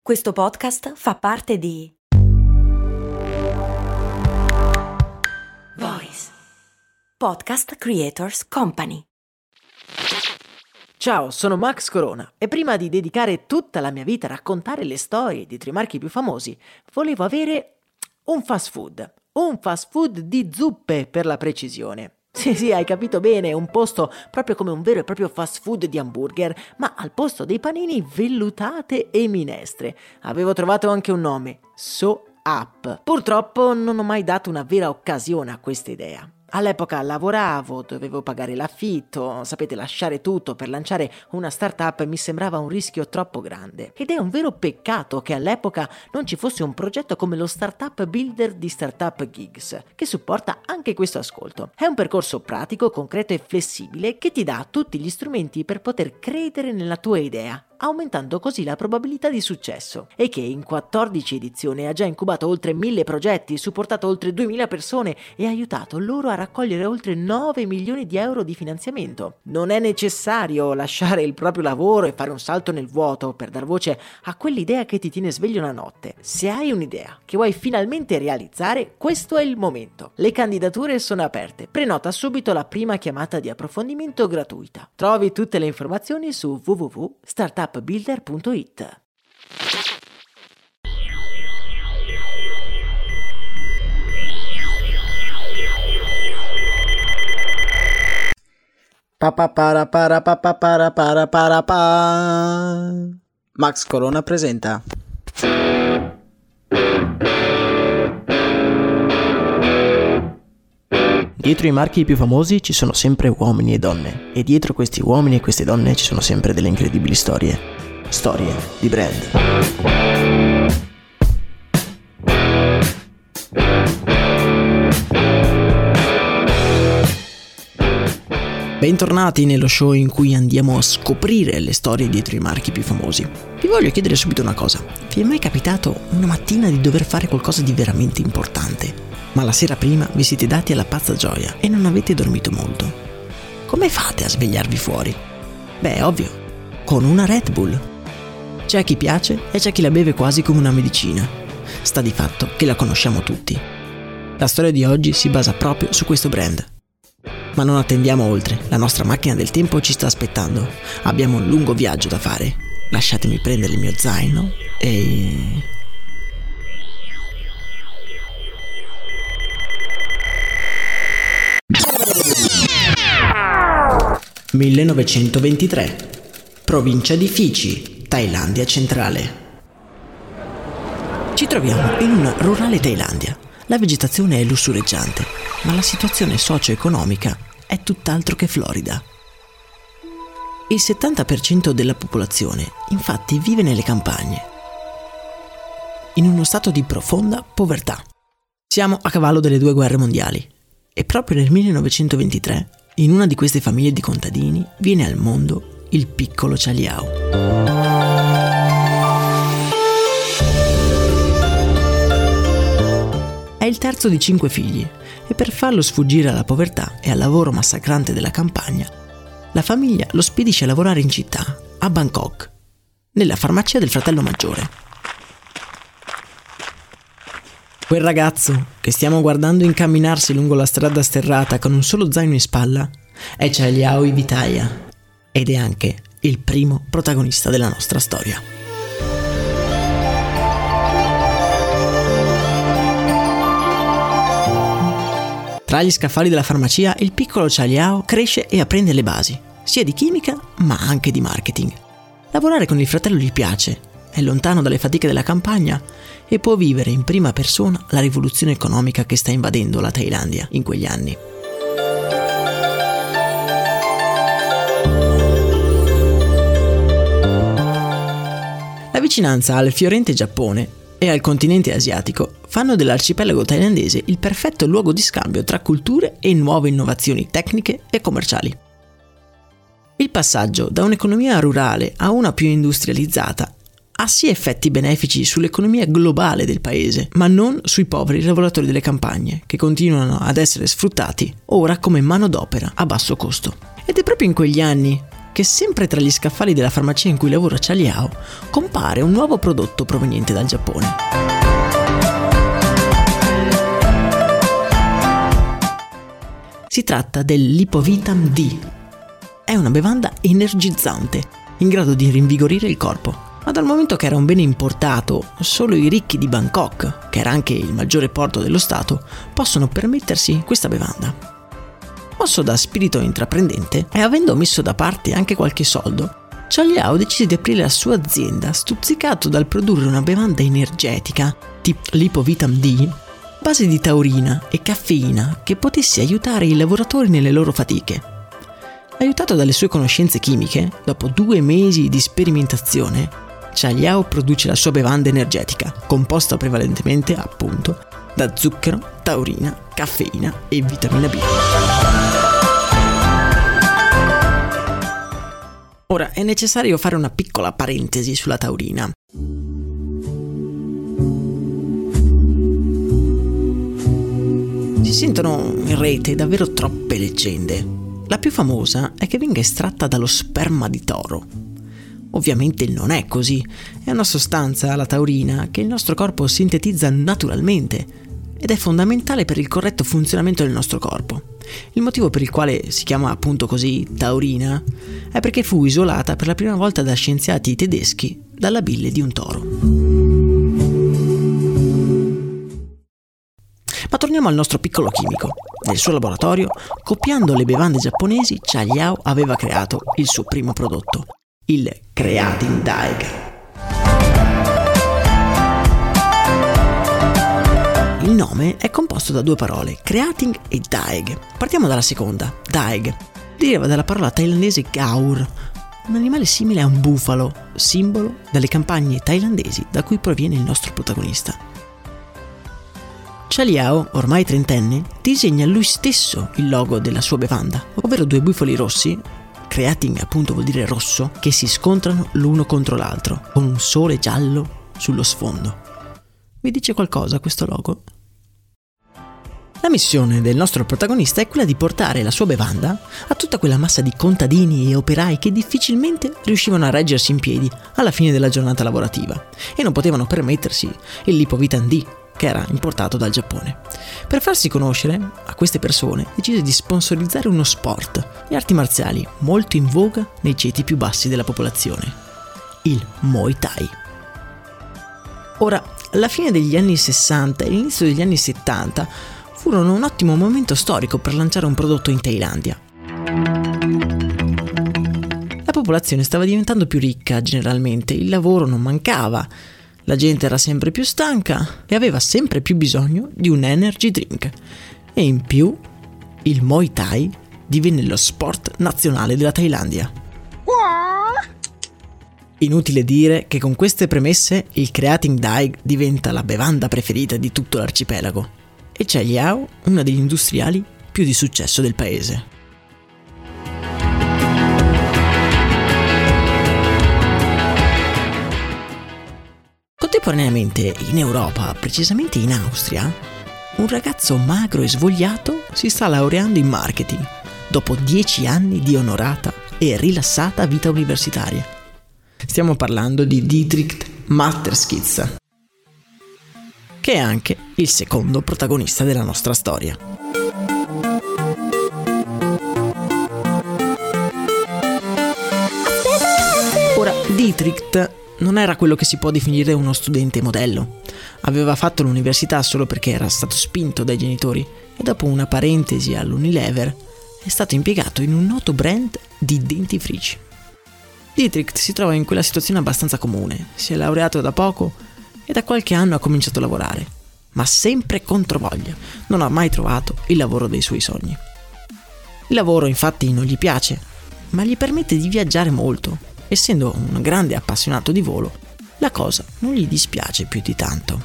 Questo podcast fa parte di Voice Podcast Creators Company. Ciao, sono Max Corona e prima di dedicare tutta la mia vita a raccontare le storie di tre marchi più famosi, volevo avere un fast food di zuppe per la precisione. Sì, hai capito bene, un posto proprio come un vero e proprio fast food di hamburger, ma al posto dei panini vellutate e minestre. Avevo trovato anche un nome, So Up. Purtroppo non ho mai dato una vera occasione a questa idea. All'epoca lavoravo, dovevo pagare l'affitto, sapete, lasciare tutto per lanciare una startup mi sembrava un rischio troppo grande. Ed è un vero peccato che all'epoca non ci fosse un progetto come lo Startup Builder di Startup Gigs, che supporta anche questo ascolto. È un percorso pratico, concreto e flessibile che ti dà tutti gli strumenti per poter credere nella tua idea, aumentando così la probabilità di successo, e che in 14 edizioni ha già incubato oltre 1000 progetti, supportato oltre 2000 persone e aiutato loro a raccogliere oltre 9 milioni di euro di finanziamento. Non è necessario lasciare il proprio lavoro e fare un salto nel vuoto per dar voce a quell'idea che ti tiene sveglio la notte. Se hai un'idea che vuoi finalmente realizzare, questo è il momento. Le candidature sono aperte. Prenota subito la prima chiamata di approfondimento gratuita. Trovi tutte le informazioni su www.startupbuilder.it. Max Corona presenta. Dietro i marchi più famosi ci sono sempre uomini e donne, e dietro questi uomini e queste donne ci sono sempre delle incredibili storie di brand. Bentornati nello show in cui andiamo a scoprire le storie dietro i marchi più famosi. Vi voglio chiedere subito una cosa: vi è mai capitato una mattina di dover fare qualcosa di veramente importante, ma la sera prima vi siete dati alla pazza gioia e non avete dormito molto? Come fate a svegliarvi fuori? Beh, ovvio, con una Red Bull. C'è a chi piace e c'è chi la beve quasi come una medicina. Sta di fatto che la conosciamo tutti. La storia di oggi si basa proprio su questo brand. Ma non attendiamo oltre, la nostra macchina del tempo ci sta aspettando. Abbiamo un lungo viaggio da fare. Lasciatemi prendere il mio zaino e... ...1923, provincia di Fiji, Thailandia centrale. Ci troviamo in una rurale Thailandia. La vegetazione è lussureggiante, ma la situazione socio-economica è tutt'altro che florida. Il 70% della popolazione, infatti, vive nelle campagne, in uno stato di profonda povertà. Siamo a cavallo delle 2 guerre mondiali e proprio nel 1923, in una di queste famiglie di contadini, viene al mondo il piccolo Chaliao. È il terzo di 5 figli e per farlo sfuggire alla povertà e al lavoro massacrante della campagna, la famiglia lo spedisce a lavorare in città, a Bangkok, nella farmacia del fratello maggiore. Quel ragazzo che stiamo guardando incamminarsi lungo la strada sterrata con un solo zaino in spalla è Chaliao Ivitaya ed è anche il primo protagonista della nostra storia. Tra gli scaffali della farmacia, il piccolo Chaliao cresce e apprende le basi, sia di chimica ma anche di marketing. Lavorare con il fratello gli piace, è lontano dalle fatiche della campagna e può vivere in prima persona la rivoluzione economica che sta invadendo la Thailandia in quegli anni. La vicinanza al fiorente Giappone e al continente asiatico fanno dell'arcipelago thailandese il perfetto luogo di scambio tra culture e nuove innovazioni tecniche e commerciali. Il passaggio da un'economia rurale a una più industrializzata ha sì effetti benefici sull'economia globale del paese, ma non sui poveri lavoratori delle campagne, che continuano ad essere sfruttati ora come manodopera a basso costo. Ed è proprio in quegli anni che sempre tra gli scaffali della farmacia in cui lavora Cha Liao compare un nuovo prodotto proveniente dal Giappone. Si tratta del Lipovitam D. È una bevanda energizzante, in grado di rinvigorire il corpo. Ma dal momento che era un bene importato, solo i ricchi di Bangkok, che era anche il maggiore porto dello stato, possono permettersi questa bevanda. Mosso da spirito intraprendente e avendo messo da parte anche qualche soldo, Cha Liao decise di aprire la sua azienda stuzzicato dal produrre una bevanda energetica tipo Lipovitam D, base di taurina e caffeina che potesse aiutare i lavoratori nelle loro fatiche. Aiutato dalle sue conoscenze chimiche, dopo 2 mesi di sperimentazione, Cha Liao produce la sua bevanda energetica, composta prevalentemente, appunto, da zucchero, taurina, caffeina e vitamina B. Ora è necessario fare una piccola parentesi sulla taurina. Si sentono in rete davvero troppe leggende. La più famosa è che venga estratta dallo sperma di toro. Ovviamente non è così, è una sostanza, la taurina, che il nostro corpo sintetizza naturalmente ed è fondamentale per il corretto funzionamento del nostro corpo. Il motivo per il quale si chiama appunto così taurina è perché fu isolata per la prima volta da scienziati tedeschi dalla bile di un toro. Ma torniamo al nostro piccolo chimico. Nel suo laboratorio, copiando le bevande giapponesi, Cha Liao aveva creato il suo primo prodotto, il Creatine Daig. Il nome è composto da 2 parole, Creatine e Daig. Partiamo dalla seconda, Daig. Deriva dalla parola thailandese gaur, un animale simile a un bufalo, simbolo delle campagne thailandesi da cui proviene il nostro protagonista. Cha Liao, ormai 30enne, disegna lui stesso il logo della sua bevanda, ovvero 2 bufali rossi, Creatine appunto vuol dire rosso, che si scontrano l'uno contro l'altro, con un sole giallo sullo sfondo. Vi dice qualcosa questo logo? La missione del nostro protagonista è quella di portare la sua bevanda a tutta quella massa di contadini e operai che difficilmente riuscivano a reggersi in piedi alla fine della giornata lavorativa e non potevano permettersi il Lipovitam D, che era importato dal Giappone. Per farsi conoscere a queste persone decise di sponsorizzare uno sport, le arti marziali molto in voga nei ceti più bassi della popolazione, il Muay Thai. Ora, la fine degli anni 60 e l'inizio degli anni 70 furono un ottimo momento storico per lanciare un prodotto in Thailandia. La popolazione stava diventando più ricca generalmente, il lavoro non mancava, la gente era sempre più stanca e aveva sempre più bisogno di un energy drink. E in più, il Muay Thai divenne lo sport nazionale della Thailandia. Inutile dire che con queste premesse il Creatine Daig diventa la bevanda preferita di tutto l'arcipelago e Cha Liao uno degli industriali più di successo del paese. Contemporaneamente in Europa, precisamente in Austria, un ragazzo magro e svogliato si sta laureando in marketing dopo 10 anni di onorata e rilassata vita universitaria. Stiamo parlando di Dietrich Mateschitz, che è anche il secondo protagonista della nostra storia. Ora, Dietrich non era quello che si può definire uno studente modello. Aveva fatto l'università solo perché era stato spinto dai genitori e dopo una parentesi all'Unilever è stato impiegato in un noto brand di dentifrici. Dietrich si trova in quella situazione abbastanza comune, si è laureato da poco e da qualche anno ha cominciato a lavorare, ma sempre controvoglia, non ha mai trovato il lavoro dei suoi sogni. Il lavoro infatti non gli piace, ma gli permette di viaggiare molto. Essendo un grande appassionato di volo, la cosa non gli dispiace più di tanto.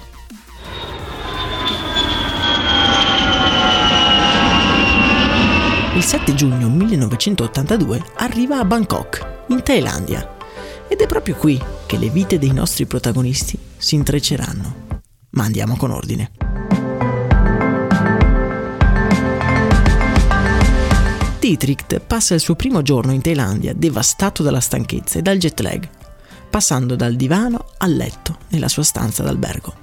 Il 7 giugno 1982 arriva a Bangkok, in Thailandia, ed è proprio qui che le vite dei nostri protagonisti si intrecceranno. Ma andiamo con ordine. Dietrich passa il suo primo giorno in Thailandia devastato dalla stanchezza e dal jet lag, passando dal divano al letto nella sua stanza d'albergo.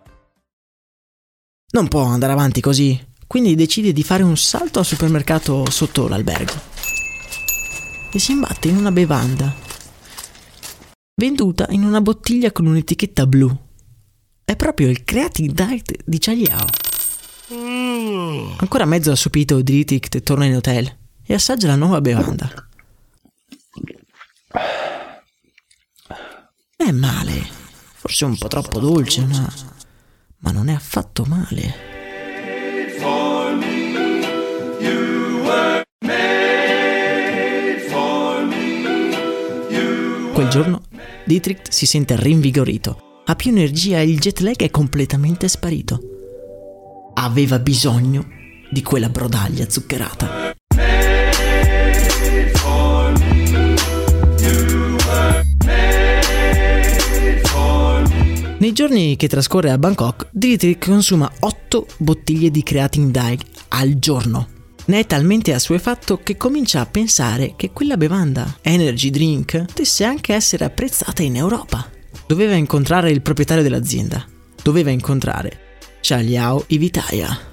Non può andare avanti così, quindi decide di fare un salto al supermercato sotto l'albergo e si imbatte in una bevanda venduta in una bottiglia con un'etichetta blu. È proprio il Creating Diet di Chaliao. Ancora mezzo assopito, Dietrich torna in hotel e assaggia la nuova bevanda. È male, forse un po' troppo dolce, ma non è affatto male. Quel giorno Dietrich si sente rinvigorito, ha più energia e il jet lag è completamente sparito. Aveva bisogno di quella brodaglia zuccherata. Nei giorni che trascorre a Bangkok, Dietrich consuma 8 bottiglie di Creating Diet al giorno. Ne è talmente assuefatto che comincia a pensare che quella bevanda, energy drink, potesse anche essere apprezzata in Europa. Doveva incontrare il proprietario dell'azienda. Doveva incontrare Chaliao Ivitaya.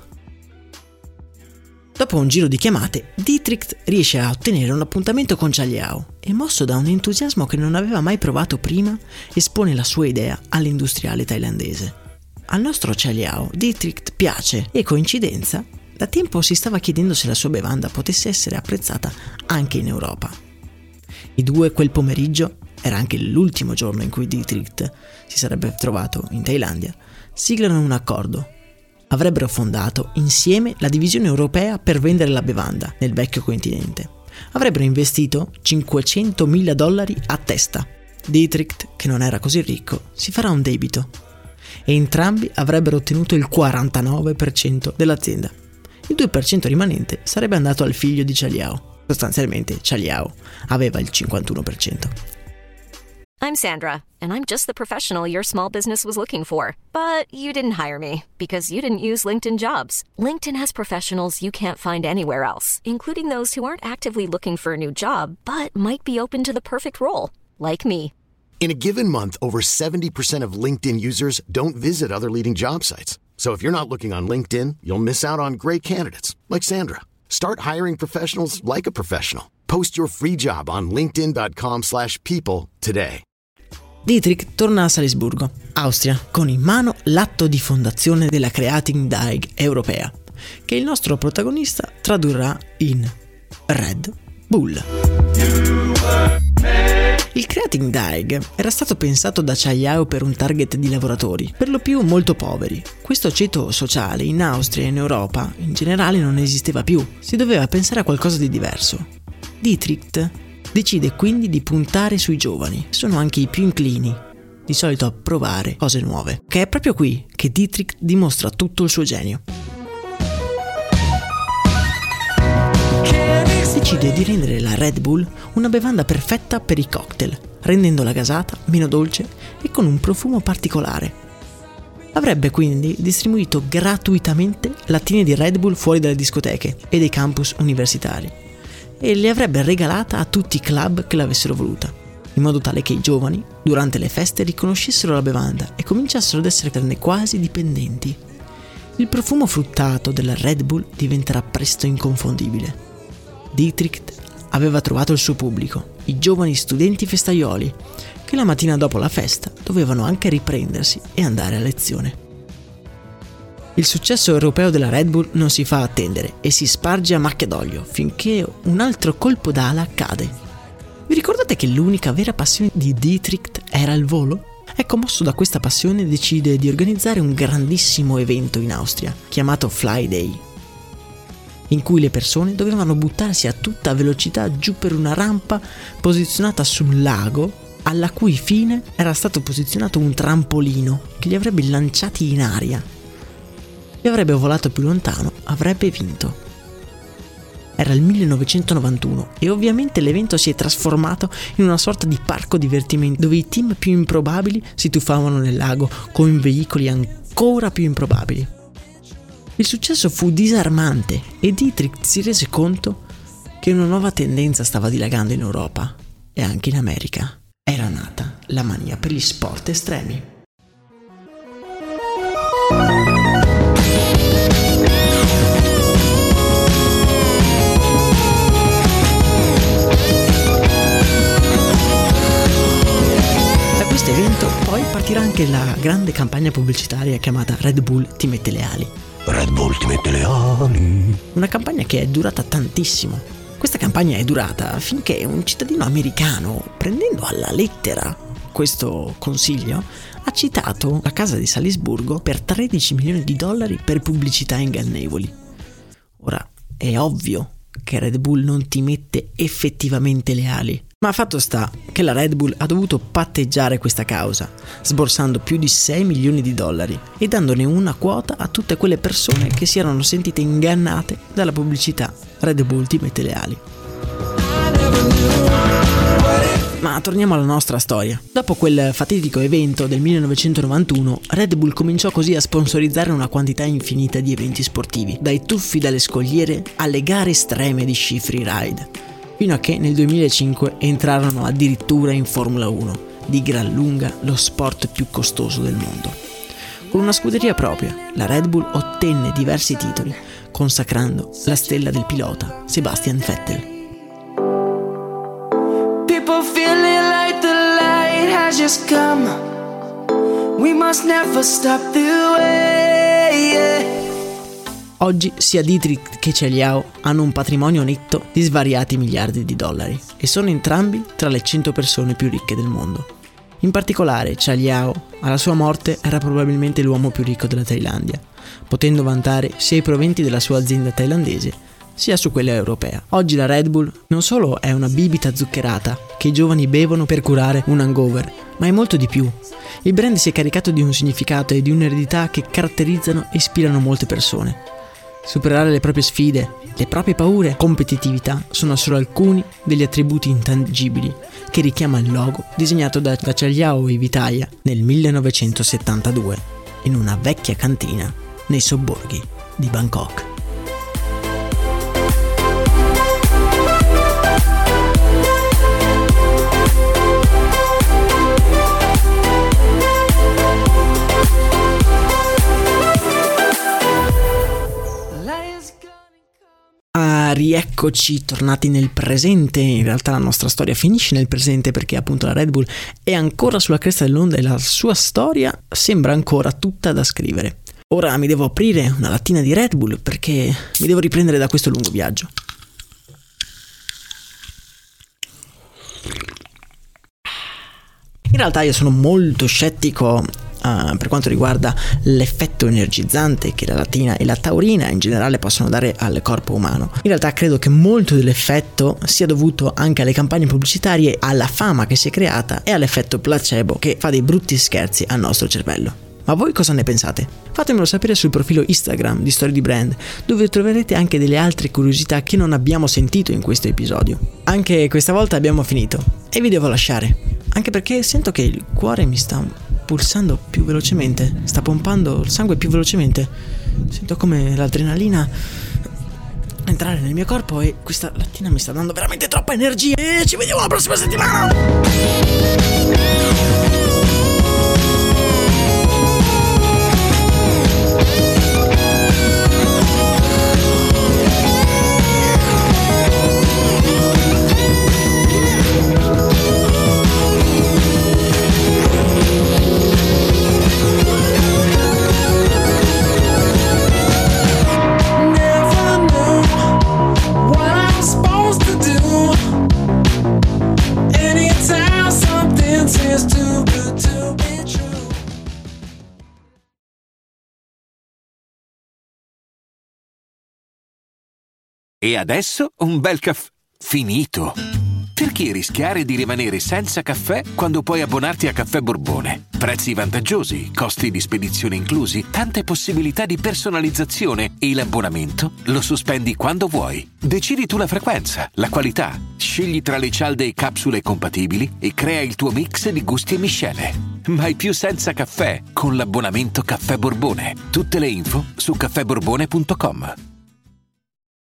Dopo un giro di chiamate, Dietrich riesce a ottenere un appuntamento con Chaliao e, mosso da un entusiasmo che non aveva mai provato prima, espone la sua idea all'industriale thailandese. Al nostro Chaliao Dietrich piace e, coincidenza, da tempo si stava chiedendo se la sua bevanda potesse essere apprezzata anche in Europa. I due quel pomeriggio, era anche l'ultimo giorno in cui Dietrich si sarebbe trovato in Thailandia, siglano un accordo. Avrebbero fondato insieme la divisione europea per vendere la bevanda nel vecchio continente. Avrebbero investito $500.000 a testa. Dietrich, che non era così ricco, si farà un debito e entrambi avrebbero ottenuto il 49% dell'azienda. Il 2% rimanente sarebbe andato al figlio di Chaliao. Sostanzialmente Chaliao aveva il 51%. I'm Sandra, and I'm just the professional your small business was looking for. But you didn't hire me because you didn't use LinkedIn Jobs. LinkedIn has professionals you can't find anywhere else, including those who aren't actively looking for a new job, but might be open to the perfect role, like me. In a given month, over 70% of LinkedIn users don't visit other leading job sites. So if you're not looking on LinkedIn, you'll miss out on great candidates like Sandra. Start hiring professionals like a professional. Post your free job on linkedin.com/people today. Dietrich torna a Salisburgo, Austria, con in mano l'atto di fondazione della Creating Diet europea, che il nostro protagonista tradurrà in Red Bull. Il Creating Diet era stato pensato da Chaliao per un target di lavoratori, per lo più molto poveri. Questo ceto sociale in Austria e in Europa in generale non esisteva più, si doveva pensare a qualcosa di diverso. Dietrich decide quindi di puntare sui giovani, sono anche i più inclini, di solito a provare cose nuove, che è proprio qui che Dietrich dimostra tutto il suo genio. Decide di rendere la Red Bull una bevanda perfetta per i cocktail, rendendola gasata, meno dolce e con un profumo particolare. Avrebbe quindi distribuito gratuitamente lattine di Red Bull fuori dalle discoteche e dei campus universitari e le avrebbe regalata a tutti i club che l'avessero voluta, in modo tale che i giovani, durante le feste, riconoscessero la bevanda e cominciassero ad esserne quasi dipendenti. Il profumo fruttato della Red Bull diventerà presto inconfondibile. Dietrich aveva trovato il suo pubblico, i giovani studenti festaioli, che la mattina dopo la festa dovevano anche riprendersi e andare a lezione. Il successo europeo della Red Bull non si fa attendere e si sparge a macchia d'olio finché un altro colpo d'ala cade. Vi ricordate che l'unica vera passione di Dietrich era il volo? Ecco, mosso da questa passione decide di organizzare un grandissimo evento in Austria chiamato Fly Day, in cui le persone dovevano buttarsi a tutta velocità giù per una rampa posizionata sul lago, alla cui fine era stato posizionato un trampolino che li avrebbe lanciati in aria. Chi avrebbe volato più lontano avrebbe vinto. Era il 1991 e ovviamente l'evento si è trasformato in una sorta di parco divertimento dove i team più improbabili si tuffavano nel lago con veicoli ancora più improbabili. Il successo fu disarmante e Dietrich si rese conto che una nuova tendenza stava dilagando in Europa e anche in America. Era nata la mania per gli sport estremi. Da questo evento poi partirà anche la grande campagna pubblicitaria chiamata Red Bull ti mette le ali. Red Bull ti mette le ali. Una campagna che è durata tantissimo. Questa campagna è durata finché un cittadino americano, prendendo alla lettera questo consiglio, ha citato la casa di Salisburgo per $13 milioni per pubblicità ingannevoli. Ora, è ovvio che Red Bull non ti mette effettivamente le ali, ma fatto sta che la Red Bull ha dovuto patteggiare questa causa, sborsando più di $6 milioni e dandone una quota a tutte quelle persone che si erano sentite ingannate dalla pubblicità Red Bull ti mette le ali. Ma torniamo alla nostra storia. Dopo quel fatidico evento del 1991, Red Bull cominciò così a sponsorizzare una quantità infinita di eventi sportivi, dai tuffi dalle scogliere alle gare estreme di sci freeride, fino a che nel 2005 entrarono addirittura in Formula 1, di gran lunga lo sport più costoso del mondo. Con una scuderia propria, la Red Bull ottenne diversi titoli, consacrando la stella del pilota Sebastian Vettel. People feeling like the light has just come. We must never stop the way. Oggi sia Dietrich che Cheliao hanno un patrimonio netto di svariati miliardi di dollari e sono entrambi tra le 100 persone più ricche del mondo. In particolare Cheliao, alla sua morte, era probabilmente l'uomo più ricco della Thailandia, potendo vantare sia i proventi della sua azienda thailandese sia su quella europea. Oggi la Red Bull non solo è una bibita zuccherata che i giovani bevono per curare un hangover, ma è molto di più. Il brand si è caricato di un significato e di un'eredità che caratterizzano e ispirano molte persone. Superare le proprie sfide, le proprie paure, competitività sono solo alcuni degli attributi intangibili che richiama il logo disegnato da Cheliao e Vitaia nel 1972 in una vecchia cantina nei sobborghi di Bangkok. Rieccoci tornati nel presente. In realtà la nostra storia finisce nel presente perché appunto la Red Bull è ancora sulla cresta dell'onda e la sua storia sembra ancora tutta da scrivere. Ora mi devo aprire una lattina di Red Bull perché mi devo riprendere da questo lungo viaggio. In realtà io sono molto scettico per quanto riguarda l'effetto energizzante che la lattina e la taurina in generale possono dare al corpo umano. In realtà credo che molto dell'effetto sia dovuto anche alle campagne pubblicitarie, alla fama che si è creata e all'effetto placebo che fa dei brutti scherzi al nostro cervello. Ma voi cosa ne pensate? Fatemelo sapere sul profilo Instagram di Storie di Brand, dove troverete anche delle altre curiosità che non abbiamo sentito in questo episodio. Anche questa volta abbiamo finito e vi devo lasciare, anche perché sento che il cuore mi sta pulsando più velocemente, sta pompando il sangue più velocemente. Sento come l'adrenalina entrare nel mio corpo e questa lattina mi sta dando veramente troppa energia. E ci vediamo la prossima settimana! E adesso un bel caffè finito. Perché rischiare di rimanere senza caffè quando puoi abbonarti a Caffè Borbone? Prezzi vantaggiosi, costi di spedizione inclusi, tante possibilità di personalizzazione e l'abbonamento lo sospendi quando vuoi. Decidi tu la frequenza, la qualità, scegli tra le cialde e capsule compatibili e crea il tuo mix di gusti e miscele. Mai più senza caffè con l'abbonamento Caffè Borbone. Tutte le info su caffèborbone.com.